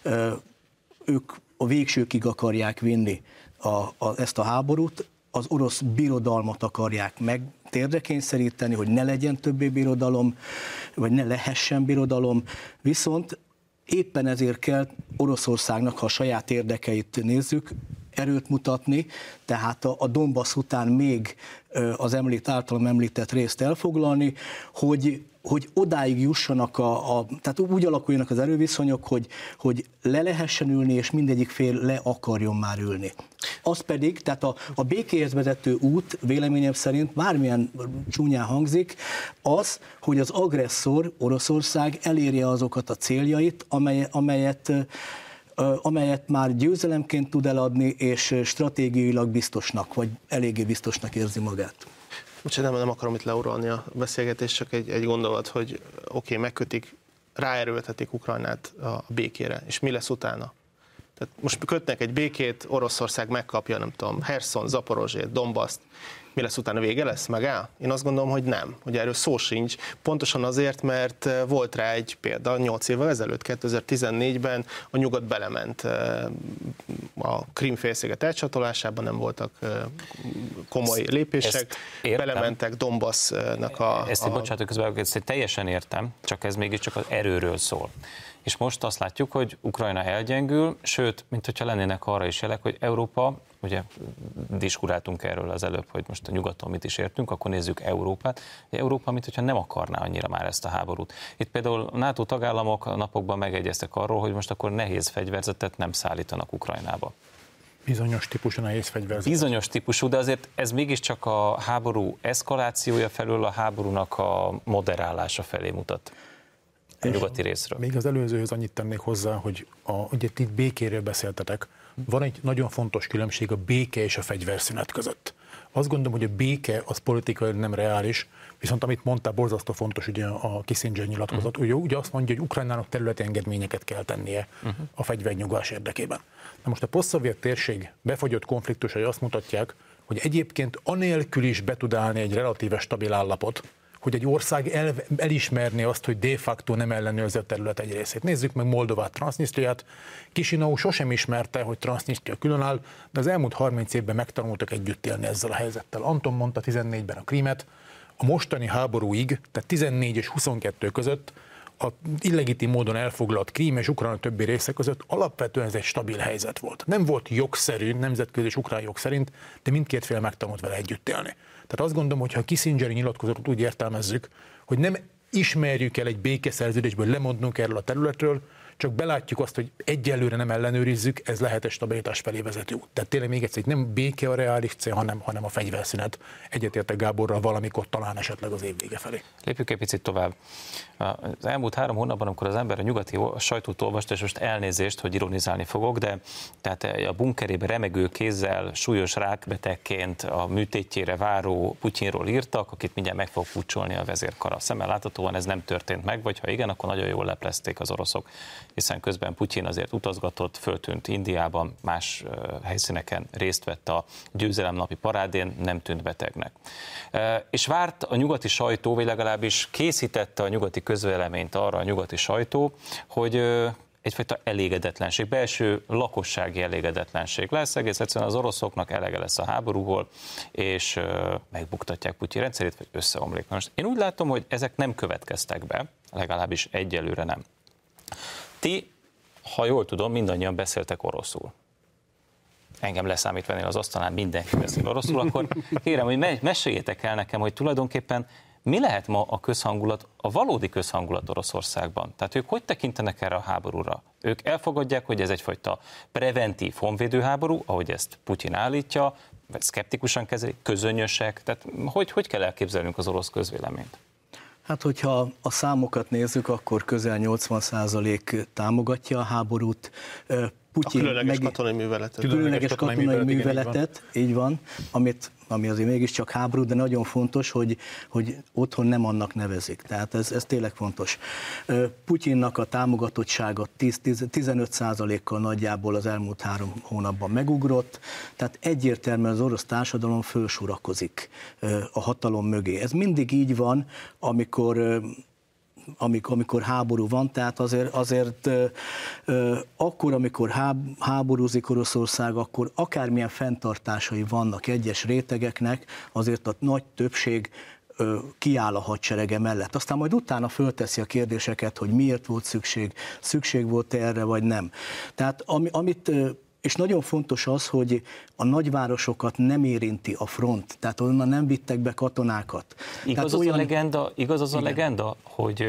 ők a végsőkig akarják vinni a, a, ezt a háborút, az orosz birodalmat akarják meg térdre kényszeríteni, hogy ne legyen többé birodalom, vagy ne lehessen birodalom, viszont éppen ezért kell Oroszországnak, ha a saját érdekeit nézzük, erőt mutatni, tehát a, a Donbass után még az említ, általam említett részt elfoglalni, hogy, hogy odáig jussanak, a, a, tehát úgy alakuljanak az erőviszonyok, hogy, hogy le lehessen ülni, és mindegyik fél le akarjon már ülni. Az pedig, tehát a, a békéhez vezető út véleményem szerint bármilyen csúnyán hangzik, az, hogy az agresszor Oroszország elérje azokat a céljait, amely, amelyet amelyet már győzelemként tud eladni, és stratégiailag biztosnak, vagy eléggé biztosnak érzi magát. Most nem, nem akarom itt leuralni a beszélgetést, csak egy, egy gondolat, hogy oké, okay, megkötik ráerőltetik Ukrajnát a békére, és mi lesz utána? Tehát most kötnek egy békét, Oroszország megkapja, nem tudom, Herson, Zaporozsét, Donbaszt, mi lesz utána, vége lesz, megáll? Én azt gondolom, hogy nem, hogy erről szó sincs, pontosan azért, mert volt rá egy példa nyolc évvel ezelőtt, kétezer-tizennégyben a nyugat belement a Krím-félsziget elcsatolásában, nem voltak komoly lépések, belementek Donbassnak a... Ezt, a... bocsánat, közben ezt teljesen értem, csak ez mégiscsak az erőről szól. És most azt látjuk, hogy Ukrajna elgyengül, sőt, mint hogyha lennének arra is jelek, hogy Európa, ugye diskuráltunk erről az előbb, hogy most a nyugaton mit is értünk, akkor nézzük Európát. Európa, mint hogyha nem akarná annyira már ezt a háborút. Itt például a NATO tagállamok a napokban megegyeztek arról, hogy most akkor nehéz fegyverzetet nem szállítanak Ukrajnába. Bizonyos típusú nehéz fegyverzet. Bizonyos típusú, de azért ez mégiscsak a háború eszkalációja felől a háborúnak a moderálása felé mutat. A nyugati részről. Még az előzőhöz annyit tennék hozzá, hogy a, ugye itt békéről beszéltetek. Van egy nagyon fontos különbség a béke és a fegyverszünet között. Azt gondolom, hogy a béke az politikai nem reális, viszont amit mondtál, borzasztó fontos ugye a Kissinger nyilatkozat. Uh-huh. Ugye, ugye azt mondja, hogy Ukrajnának területi engedményeket kell tennie uh-huh. a fegyvernyugvás érdekében. Na most a posztszovjet térség befagyott konfliktusai azt mutatják, hogy egyébként anélkül is be tud állni egy relatíve stabil állapot, hogy egy ország el, elismerné azt, hogy de facto nem ellenőrzi a terület egy részét. Nézzük meg Moldovát, Transnistriát. Chisinau sosem ismerte, hogy Transnistria különáll, de az elmúlt harminc évben megtanultak együtt élni ezzel a helyzettel. Anton mondta tizennégyben a Krímet, a mostani háborúig, tehát tizennégy és huszonkettő között a illegitim módon elfoglalt Krím és Ukrajna többi része között alapvetően ez egy stabil helyzet volt. Nem volt jogszerű, nemzetközi és ukrán jog szerint, de mindkét fél megtanult vele együtt élni. Tehát azt gondolom, hogy ha a Kissingeri nyilatkozatot úgy értelmezzük, hogy nem ismerjük el egy békeszerződésből, lemondnunk erről a területről, csak belátjuk azt, hogy egyelőre nem ellenőrizzük, ez lehet egy stabilitás felé vezető út. Tehát tényleg még egyszer, nem béke a reális cél, hanem, hanem a fegyverszünet. Egyetértek Gáborral valamikor, talán esetleg az év vége felé. Lépjük egy picit tovább. Az elmúlt három hónapban, amikor az ember a nyugati sajtót olvasta, és most elnézést, hogy ironizálni fogok, de tehát a bunkerébe remegő kézzel, súlyos rákbetegként a műtétjére váró Putyinról írtak, akit mindjárt meg fog pucsolni a vezérkara. Szemmel láthatóan ez nem történt meg, vagy ha igen, akkor nagyon jól leplezték az oroszok, hiszen közben Putyin azért utazgatott, föltűnt Indiában, más helyszíneken részt vett a győzelemnapi parádén, nem tűnt betegnek. És várt a nyugati sajtó, vagy legalábbis készítette a nyugati közvéleményt arra a nyugati sajtó, hogy egyfajta elégedetlenség, belső lakossági elégedetlenség lesz, egész egyszerűen az oroszoknak elege lesz a háborúból, és megbuktatják Putyin rendszerét, vagy összeomlik. Most én úgy látom, hogy ezek nem következtek be, legalábbis egyelőre nem. Ti, ha jól tudom, mindannyian beszéltek oroszul. Engem leszámítva az asztalán mindenki beszél oroszul, akkor kérem, hogy meséljétek el nekem, hogy tulajdonképpen mi lehet ma a közhangulat, a valódi közhangulat Oroszországban? Tehát ők hogy tekintenek erre a háborúra? Ők elfogadják, hogy ez egyfajta preventív honvédőháború, ahogy ezt Putyin állítja, vagy szkeptikusan kezelik, közönösek, tehát hogy, hogy kell elképzelnünk az orosz közvéleményt? Hát, hogyha a számokat nézzük, akkor közel nyolcvan százalék támogatja a háborút. Putyin a különleges meg... katonai műveletet. Különleges katonai, katonai műveletet, műveletet igen, így, van. így van, amit, ami azért mégiscsak háború, de nagyon fontos, hogy, hogy otthon nem annak nevezik. Tehát ez, ez tényleg fontos. Putyinnak a támogatottsága tíz-tizenöt százalékkal nagyjából az elmúlt három hónapban megugrott, tehát egyértelműen az orosz társadalom fölsorakozik a hatalom mögé. Ez mindig így van, amikor Amikor, amikor háború van, tehát azért, azért ö, ö, akkor, amikor háborúzik Oroszország, akkor akármilyen fenntartásai vannak egyes rétegeknek, azért a nagy többség ö, kiáll a hadserege mellett. Aztán majd utána fölteszi a kérdéseket, hogy miért volt szükség, szükség volt erre, vagy nem. Tehát ami, amit... Ö, És nagyon fontos az, hogy a nagyvárosokat nem érinti a front, tehát onnan nem vittek be katonákat. Igaz az, olyan... a, legenda, igaz az a legenda, hogy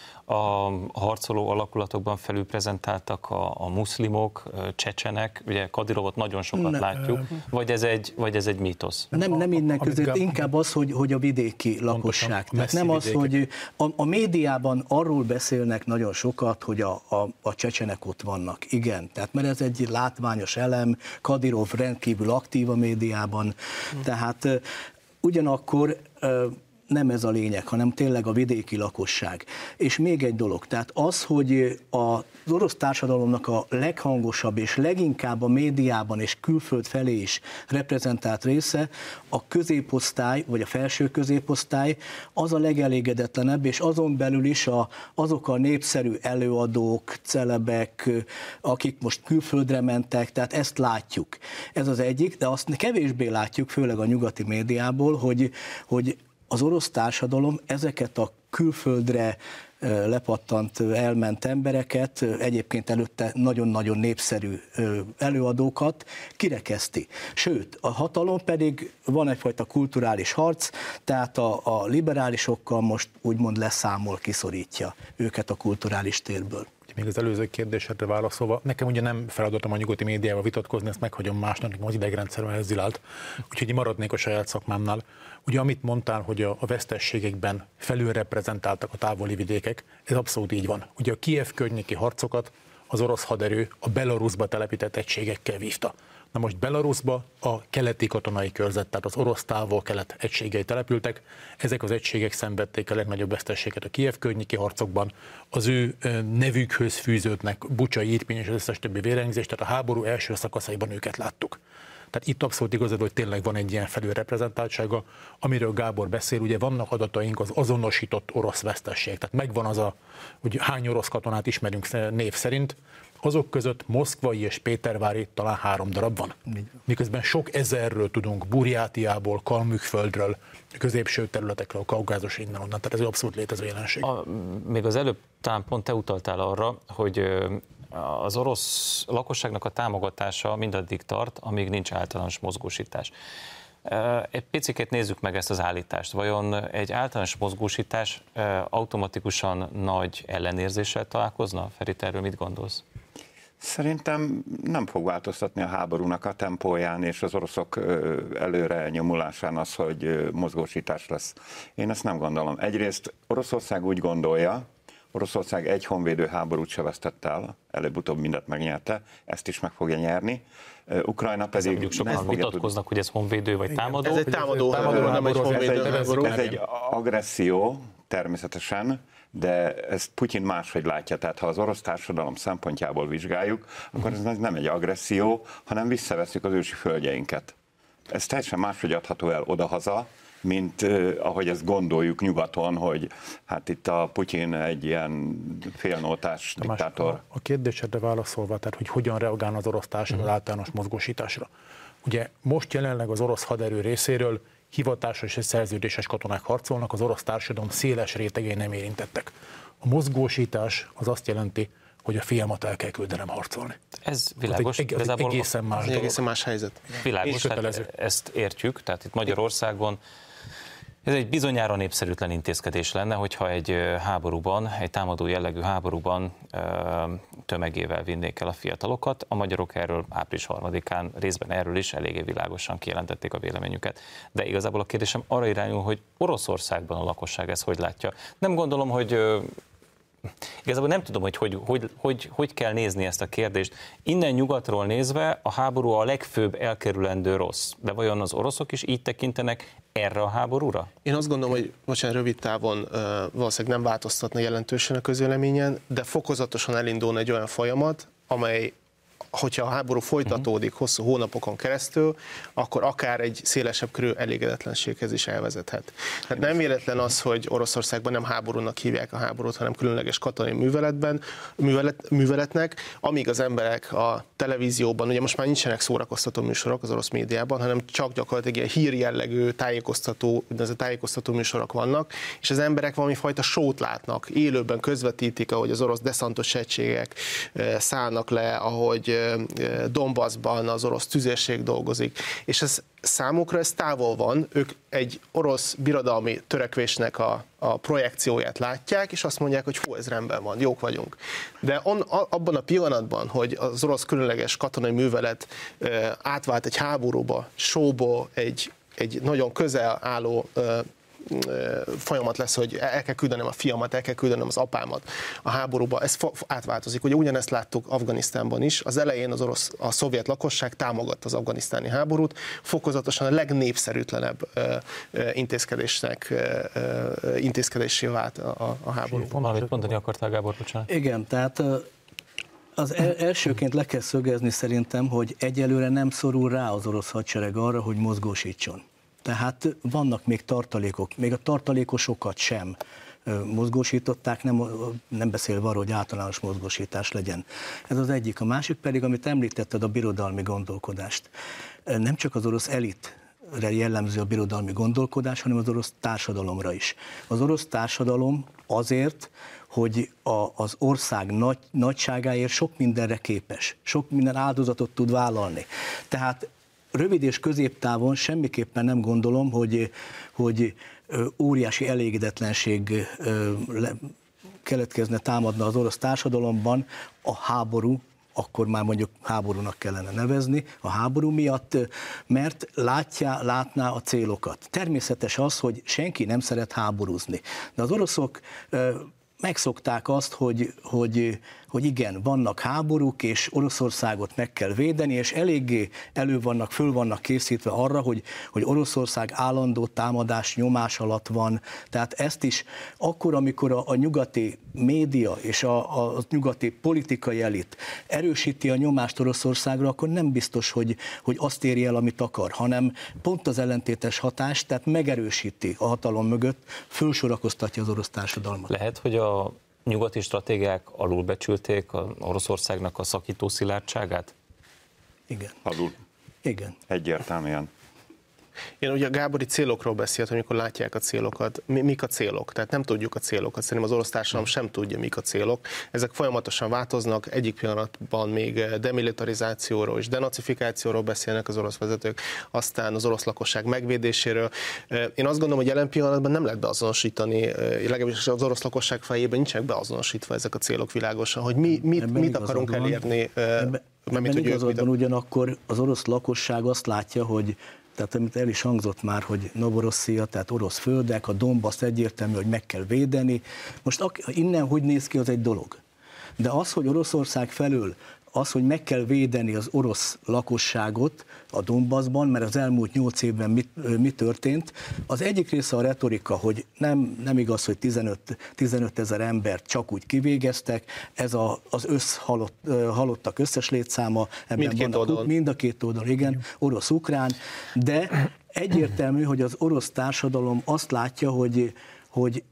a harcoló alakulatokban felülprezentáltak a, a muszlimok, csecsenek, ugye Kadirovot nagyon sokat ne, látjuk, vagy ez egy, vagy ez egy mítosz? Nem, nem innen között, inkább az, hogy, hogy a vidéki lakosság. Tehát nem az, hogy a, a médiában arról beszélnek nagyon sokat, hogy a, a, a csecsenek ott vannak. Igen, tehát mert ez egy látványos elem, Kadirov rendkívül aktív a médiában, tehát ugyanakkor nem ez a lényeg, hanem tényleg a vidéki lakosság. És még egy dolog, tehát az, hogy az orosz társadalomnak a leghangosabb és leginkább a médiában és külföld felé is reprezentált része, a középosztály, vagy a felső középosztály, az a legelégedetlenebb, és azon belül is a, azok a népszerű előadók, celebek, akik most külföldre mentek, tehát ezt látjuk. Ez az egyik, de azt kevésbé látjuk, főleg a nyugati médiából, hogy, hogy az orosz társadalom ezeket a külföldre lepattant, elment embereket, egyébként előtte nagyon-nagyon népszerű előadókat kirekeszti. Sőt, a hatalom pedig van egyfajta kulturális harc, tehát a, a liberálisokkal most úgymond leszámol, kiszorítja őket a kulturális térből. Még az előző kérdésedre válaszolva, nekem ugye nem feladatom a nyugati médiával vitatkozni, ezt meghagyom másnak, nekem az idegrendszerem ezzilált, úgyhogy maradnék a saját szakmámnál. Ugye amit mondtál, hogy a vesztességekben felülreprezentáltak a távoli vidékek, ez abszolút így van. Ugye a Kijev környéki harcokat az orosz haderő a Belarusba telepített egységekkel vívta. Na most Belarusba a keleti katonai körzet, tehát az orosz távol-kelet egységei települtek. Ezek az egységek szenvedték a legnagyobb veszteséget a Kijev környéki harcokban. Az ő nevükhöz fűződnek Bucsai, Irpin és az összes többi vérengzés, tehát a háború első szakaszaiban őket láttuk. Tehát itt abszolút igazad, hogy tényleg van egy ilyen felülreprezentáltsága, amiről Gábor beszél, ugye vannak adataink az azonosított orosz vesztesség, tehát megvan az a, hogy hány orosz katonát ismerünk név szerint, azok között moszkvai és pétervári talán három darab van. Miközben sok ezerről tudunk, Burjátiából, Kalmükföldről, középső területekről, Kaukázus innen onnan, tehát ez egy abszolút létező jelenség. A, még az előbb talán pont te utaltál arra, hogy az orosz lakosságnak a támogatása mindaddig tart, amíg nincs általános mozgósítás. Egy picit nézzük meg ezt az állítást. Vajon egy általános mozgósítás automatikusan nagy ellenérzéssel találkozna? Feri, te erről mit gondolsz? Szerintem nem fog változtatni a háborúnak a tempóján és az oroszok előre nyomulásán az, hogy mozgósítás lesz. Én ezt nem gondolom. Egyrészt Oroszország úgy gondolja, Oroszország egy honvédő háborút se vesztett el, előbb-utóbb mindent megnyerte, ezt is meg fogja nyerni. Ukrajna pedig... Mondjuk sokan vitatkoznak, hogy ez honvédő vagy támadó. Ez egy támadó háború, nem egy honvédő háború. Ez egy agresszió, természetesen, de ezt Putyin máshogy látja. Tehát ha az orosz társadalom szempontjából vizsgáljuk, akkor ez nem egy agresszió, hanem visszaveszünk az ősi földjeinket. Ez teljesen máshogy adható el odahaza, mint uh, ahogy ezt gondoljuk nyugaton, hogy hát itt a Putyin egy ilyen félnótás Tamás, diktátor. A, a kérdésedre válaszolva, tehát hogy hogyan reagál az orosz társadalom uh-huh. általános mozgósításra. Ugye most jelenleg az orosz haderő részéről hivatásos és szerződéses katonák harcolnak, az orosz társadalom széles rétegei nem érintettek. A mozgósítás az azt jelenti, hogy a fiamat el kell küldenem harcolni. Ez világos. Egy, egy egészen más dolog. Egészen más helyzet. Világos, tehát ezt értjük, tehát itt Magyarországon ez egy bizonyára népszerűtlen intézkedés lenne, hogyha egy háborúban, egy támadó jellegű háborúban tömegével vinnék el a fiatalokat. A magyarok erről április harmadikán részben erről is eléggé világosan kijelentették a véleményüket. De igazából a kérdésem arra irányul, hogy Oroszországban a lakosság ezt hogy látja. Nem gondolom, hogy igazából nem tudom, hogy hogy, hogy, hogy hogy kell nézni ezt a kérdést. Innen nyugatról nézve a háború a legfőbb elkerülendő rossz. De vajon az oroszok is így tekintenek erre a háborúra? Én azt gondolom, hogy bocsánat, rövid távon uh, valószínűleg nem változtatna jelentősen a közvéleményen, de fokozatosan elindulna egy olyan folyamat, amely, hogyha a háború folytatódik hosszú hónapokon keresztül, akkor akár egy szélesebb körű elégedetlenséghez is elvezethet. Tehát nem véletlen az, hogy Oroszországban nem háborúnak hívják a háborút, hanem különleges katonai műveletben, művelet, műveletnek, amíg az emberek a televízióban, ugye most már nincsenek szórakoztató műsorok az orosz médiában, hanem csak gyakorlatilag ilyen hírjellegű tájékoztató, a tájékoztató műsorok vannak, és az emberek valami fajta sót látnak, élőben közvetítik, ahogy az orosz deszantos egységek szállnak le, ahogy Donbassban az orosz tüzérség dolgozik, és ez számukra ez távol van, ők egy orosz birodalmi törekvésnek a, a projekcióját látják, és azt mondják, hogy hú, ez rendben van, jók vagyunk. De on, a, abban a pillanatban, hogy az orosz különleges katonai művelet e, átvált egy háborúba, showból egy, egy nagyon közel álló e, folyamat lesz, hogy el kell küldenem a fiamat, el kell küldenem az apámat a háborúba, ez átváltozik. Ugye ugyanezt láttuk Afganisztánban is. Az elején az orosz, a szovjet lakosság támogatta az afganisztáni háborút, fokozatosan a legnépszerűtlenebb intézkedésnek intézkedésé vált a, a háború. Valamit mondani akartál, Gábor, bocsánat. Igen, tehát az elsőként le kell szögezni szerintem, hogy egyelőre nem szorul rá az orosz hadsereg arra, hogy mozgósítson. Tehát vannak még tartalékok, még a tartalékosokat sem mozgósították, nem, nem beszélve arról, hogy általános mozgósítás legyen. Ez az egyik. A másik pedig, amit említetted, a birodalmi gondolkodást. Nem csak az orosz elitre jellemző a birodalmi gondolkodás, hanem az orosz társadalomra is. Az orosz társadalom azért, hogy a, az ország nagy, nagyságáért sok mindenre képes, sok minden áldozatot tud vállalni. Tehát rövid és középtávon semmiképpen nem gondolom, hogy, hogy óriási elégedetlenség keletkezne, támadna az orosz társadalomban a háború, akkor már mondjuk háborúnak kellene nevezni, a háború miatt, mert látja, látná a célokat. Természetes az, hogy senki nem szeret háborúzni. De az oroszok megszokták azt, hogy, hogy, hogy igen, vannak háborúk, és Oroszországot meg kell védeni, és eléggé elő vannak, föl vannak készítve arra, hogy, hogy Oroszország állandó támadás nyomás alatt van. Tehát ezt is akkor, amikor a, a nyugati média és a, a nyugati politikai elit erősíti a nyomást Oroszországra, akkor nem biztos, hogy, hogy azt érje el, amit akar, hanem pont az ellentétes hatást, tehát megerősíti a hatalom mögött, fölsorakoztatja az orosz társadalmat. Lehet, hogy a nyugati stratégiák alulbecsülték az Oroszországnak a szakító szilárdságát? Igen. Alul. Igen. Egyértelműen. Én ugye a Gábori célokról beszélt, hogy amikor látják a célokat, mi, mik a célok, tehát nem tudjuk a célokat, szerintem az orosz társadalom sem tudja, mik a célok. Ezek folyamatosan változnak, egyik pillanatban még demilitarizációról és denacifikációról beszélnek az orosz vezetők, aztán az orosz lakosság megvédéséről. Én azt gondolom, hogy jelen pillanatban nem lehet beazonosítani, legalábbis az orosz lakosság fejében nincsenek beazonosítva ezek a célok világosan, hogy mi, mit, mit akarunk van. elérni. Ebben, ebben igazad van, ugyanakkor az orosz lakosság azt látja, hogy tehát amit el is hangzott már, hogy Novorosszia, tehát orosz földek, a Donbass egyértelmű, hogy meg kell védeni. Most innen hogy néz ki, az egy dolog. De az, hogy Oroszország felől, az, hogy meg kell védeni az orosz lakosságot a Donbassban, mert az elmúlt nyolc évben mi, mi történt, az egyik része a retorika, hogy nem, nem igaz, hogy tizenöt ezer embert csak úgy kivégeztek, ez a, az összhalott, halottak összes létszáma, ebben mind van a, mind a két oldal, igen, orosz-ukrán, de egyértelmű, hogy az orosz társadalom azt látja, hogy, hogy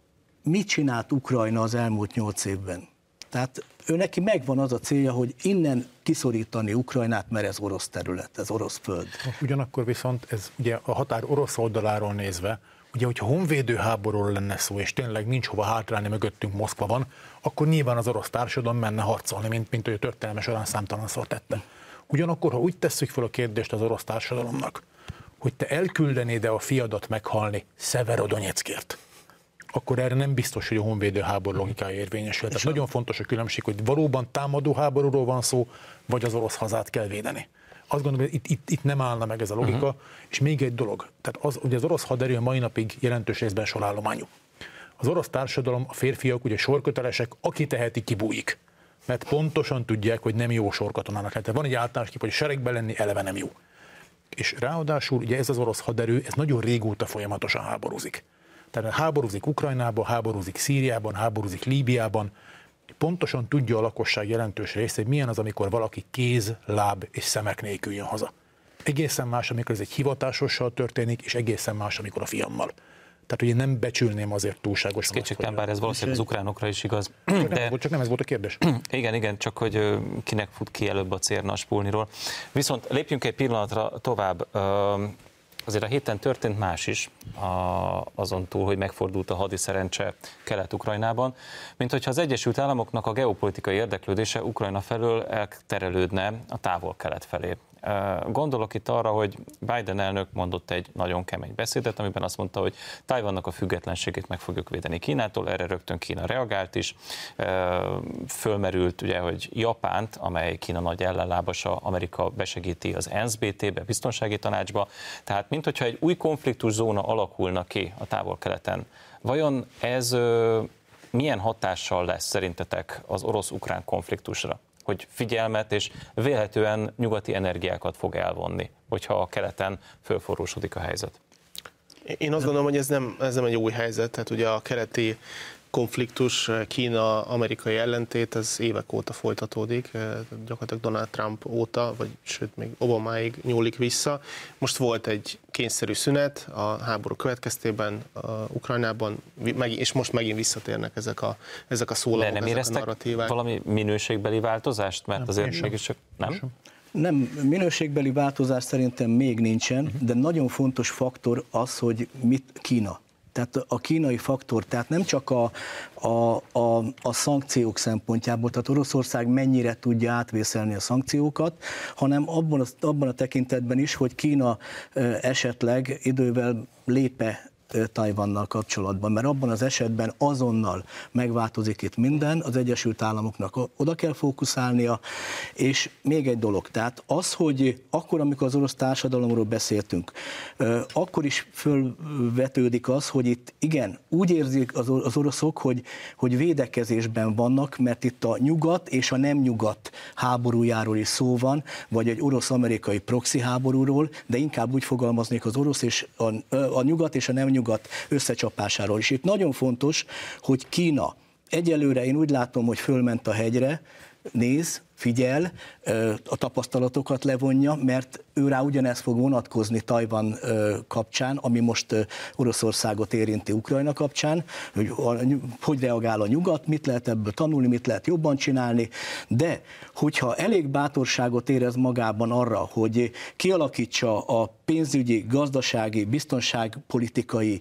mit csinált Ukrajna az elmúlt nyolc évben. Tehát ő neki megvan az a célja, hogy innen kiszorítani Ukrajnát, mert ez orosz terület, ez orosz föld. Ugyanakkor viszont ez ugye a határ orosz oldaláról nézve, ugye hogyha honvédő háborúról lenne szó, és tényleg nincs hova hátrálni, mögöttünk Moszkva van, akkor nyilván az orosz társadalom menne harcolni, mint, mint hogy a történelme során számtalanszor tette. Ugyanakkor, ha úgy tesszük fel a kérdést az orosz társadalomnak, hogy te elküldenéd-e a fiadat meghalni Szeverodonyeckért, akkor erre nem biztos, hogy a honvédő háború logikája érvényesül. Tehát nagyon fontos a különbség, hogy valóban támadó háborúról van szó, vagy az orosz hazát kell védeni. Azt gondolom, hogy itt, itt, itt nem állna meg ez a logika, uh-huh. És még egy dolog, tehát az, ugye az orosz haderő mai napig jelentős részben sorállományú. Az orosz társadalom, a férfiak ugye sorkötelesek, aki teheti, kibújik. Mert pontosan tudják, hogy nem jó sorkatonának lehet. Van egy általános kép, hogy seregben lenni eleve nem jó. És ráadásul ugye ez az orosz haderő, ez nagyon régóta folyamatosan háborúzik. Tehát háborúzik Ukrajnában, háborúzik Szíriában, háborúzik Líbiában. Pontosan tudja a lakosság jelentős része, hogy milyen az, amikor valaki kéz, láb és szemek nélkül jön haza. Egészen más, amikor ez egy hivatásossal történik, és egészen más, amikor a fiammal. Tehát ugye nem becsülném azért túlságosan. Kétségtelen, bár ez valószínűleg az ukránokra is igaz. Csak, de... nem, csak nem ez volt a kérdés. Igen, igen, csak hogy kinek fut ki előbb a cérna a spulniról. Viszont lépjünk egy pillanatra tovább. Azért a héten történt más is, azon túl, hogy megfordult a hadiszerencse Kelet-Ukrajnában, mint hogyha az Egyesült Államoknak a geopolitikai érdeklődése Ukrajna felől elterelődne a távol-kelet felé. Gondolok itt arra, hogy Biden elnök mondott egy nagyon kemény beszédet, amiben azt mondta, hogy Tajvannak a függetlenségét meg fogjuk védeni Kínától, erre rögtön Kína reagált is. Fölmerült ugye, hogy Japánt, amely Kína nagy ellenlábasa, Amerika besegíti az en es zé bé té-be, biztonsági tanácsba, tehát mint hogyha egy új konfliktuszóna alakulna ki a távol-keleten. Vajon ez ö, milyen hatással lesz szerintetek az orosz-ukrán konfliktusra? Hogy figyelmet és vélhetően nyugati energiákat fog elvonni, hogyha a keleten fölforrósodik a helyzet? Én azt gondolom, hogy ez nem, ez nem egy új helyzet, tehát ugye a keleti konfliktus, Kína-amerikai ellentét, ez évek óta folytatódik, gyakorlatilag Donald Trump óta, vagy sőt még Obamáig nyúlik vissza. Most volt egy kényszerű szünet a háború következtében a Ukrajnában, és most megint visszatérnek ezek a, ezek a szólamok, nem ezek a narratívák. Valami minőségbeli változást? Mert Nem, azért sem. mégiscsak nem? Sem. Nem, minőségbeli változás szerintem még nincsen, de nagyon fontos faktor az, hogy mit Kína. Tehát a kínai faktor, tehát nem csak a, a, a, a szankciók szempontjából, tehát Oroszország mennyire tudja átvészelni a szankciókat, hanem abban a, abban a tekintetben is, hogy Kína esetleg idővel lépe Tajvannal kapcsolatban, mert abban az esetben azonnal megváltozik itt minden, az Egyesült Államoknak oda kell fókuszálnia, és még egy dolog, tehát az, hogy akkor, amikor az orosz társadalomról beszéltünk, akkor is fölvetődik az, hogy itt igen, úgy érzik az oroszok, hogy, hogy védekezésben vannak, mert itt a nyugat és a nem nyugat háborújáról is szó van, vagy egy orosz-amerikai proxy háborúról, de inkább úgy fogalmaznék az orosz és a, a nyugat és a nem nyugat összecsapásáról is. Itt nagyon fontos, hogy Kína egyelőre én úgy látom, hogy fölment a hegyre, néz, figyel, a tapasztalatokat levonja, mert ő rá ugyanezt fog vonatkozni Tajvan kapcsán, ami most Oroszországot érinti Ukrajna kapcsán, hogy hogy reagál a nyugat, mit lehet ebből tanulni, mit lehet jobban csinálni, de hogyha elég bátorságot érez magában arra, hogy kialakítsa a pénzügyi, gazdasági, biztonságpolitikai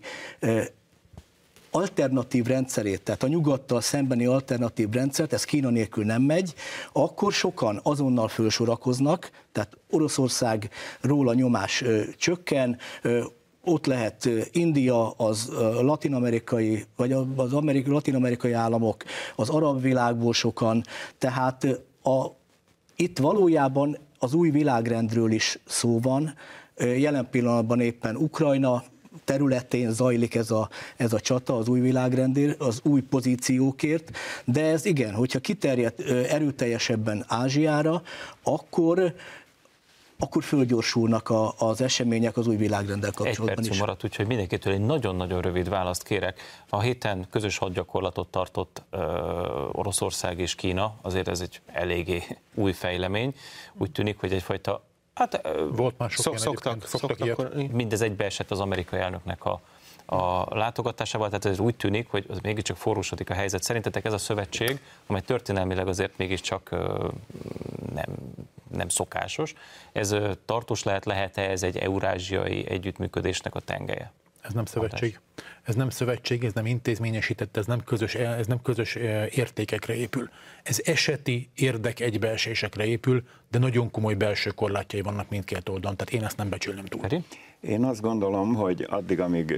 alternatív rendszerét, tehát a nyugattal szembeni alternatív rendszert, ez Kína nélkül nem megy, akkor sokan azonnal fölsorakoznak, tehát Oroszországról a nyomás ö, csökken, ö, ott lehet India, az latin-amerikai, vagy az amerikai, latin-amerikai államok, az arab világból sokan, tehát a, itt valójában az új világrendről is szó van, jelen pillanatban éppen Ukrajna területén zajlik ez a, ez a csata az új világrendért, az új pozíciókért, de ez igen, hogyha kiterjed erőteljesebben Ázsiára, akkor akkor fölgyorsulnak a, az események az új világrenddel kapcsolatban egy is. percünk maradt, úgyhogy mindenkitől egy nagyon-nagyon rövid választ kérek. A héten közös hadgyakorlatot tartott uh, Oroszország és Kína, azért ez egy eléggé új fejlemény. Úgy tűnik, hogy egyfajta hát, volt már sok szok, szoktak, szoktak, szoktak akkor, mindez egybeesett az amerikai elnöknek a, a látogatásával, tehát ez úgy tűnik, hogy az mégiscsak forrósodik a helyzet. Szerintetek ez a szövetség, amely történelmileg azért mégiscsak nem, nem szokásos, ez tartós lehet, lehet-e ez egy eurázsiai együttműködésnek a tengelye? Ez nem szövetség. Ez nem szövetség, ez nem intézményesített, ez nem közös, ez nem közös értékekre épül. Ez eseti érdek egybeesésekre épül, de nagyon komoly belső korlátjai vannak mindkét oldalon, tehát én ezt nem becsülném túl. Feri? Én azt gondolom, hogy addig, amíg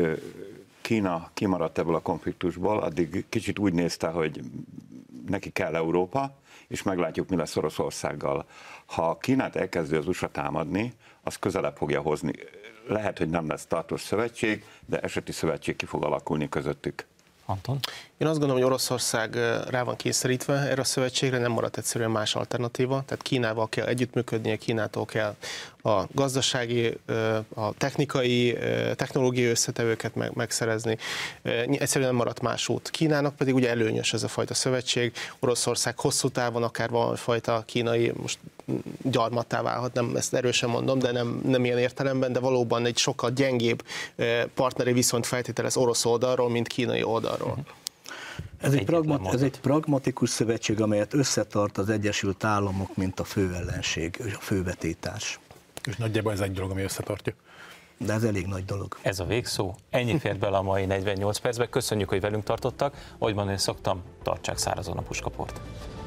Kína kimaradt ebből a konfliktusból, addig kicsit úgy nézte, hogy neki kell Európa, és meglátjuk, mi lesz Oroszországgal. Ha Kínát elkezdi az u es á támadni, az közelebb fogja hozni. Lehet, hogy nem lesz tartós szövetség, de eseti szövetség ki fog alakulni közöttük. Anton? Én azt gondolom, hogy Oroszország rá van kényszerítve erre a szövetségre, nem maradt egyszerűen más alternatíva, tehát Kínával kell együttműködnie, Kínától kell a gazdasági, a technikai, technológiai összetevőket megszerezni. Egyszerűen nem maradt más út. Kínának pedig ugye előnyös ez a fajta szövetség. Oroszország hosszú távon akár valamifajta kínai, most gyarmattá válhat, nem ezt erősen mondom, de nem, nem ilyen értelemben, de valóban egy sokkal gyengébb partneri viszonyt feltételez orosz oldalról, mint kínai oldalról. Ez egy, pragmat, ez egy pragmatikus szövetség, amelyet összetart az Egyesült Államok, mint a fő ellenség, a fővetétárs. És nagyjából ez egy dolog, ami összetartja. De ez elég nagy dolog. Ez a végszó. Ennyi fért bele a mai negyvennyolc percbe. Köszönjük, hogy velünk tartottak. Ahogy mondani szoktam, tartsák szárazon a puskaport.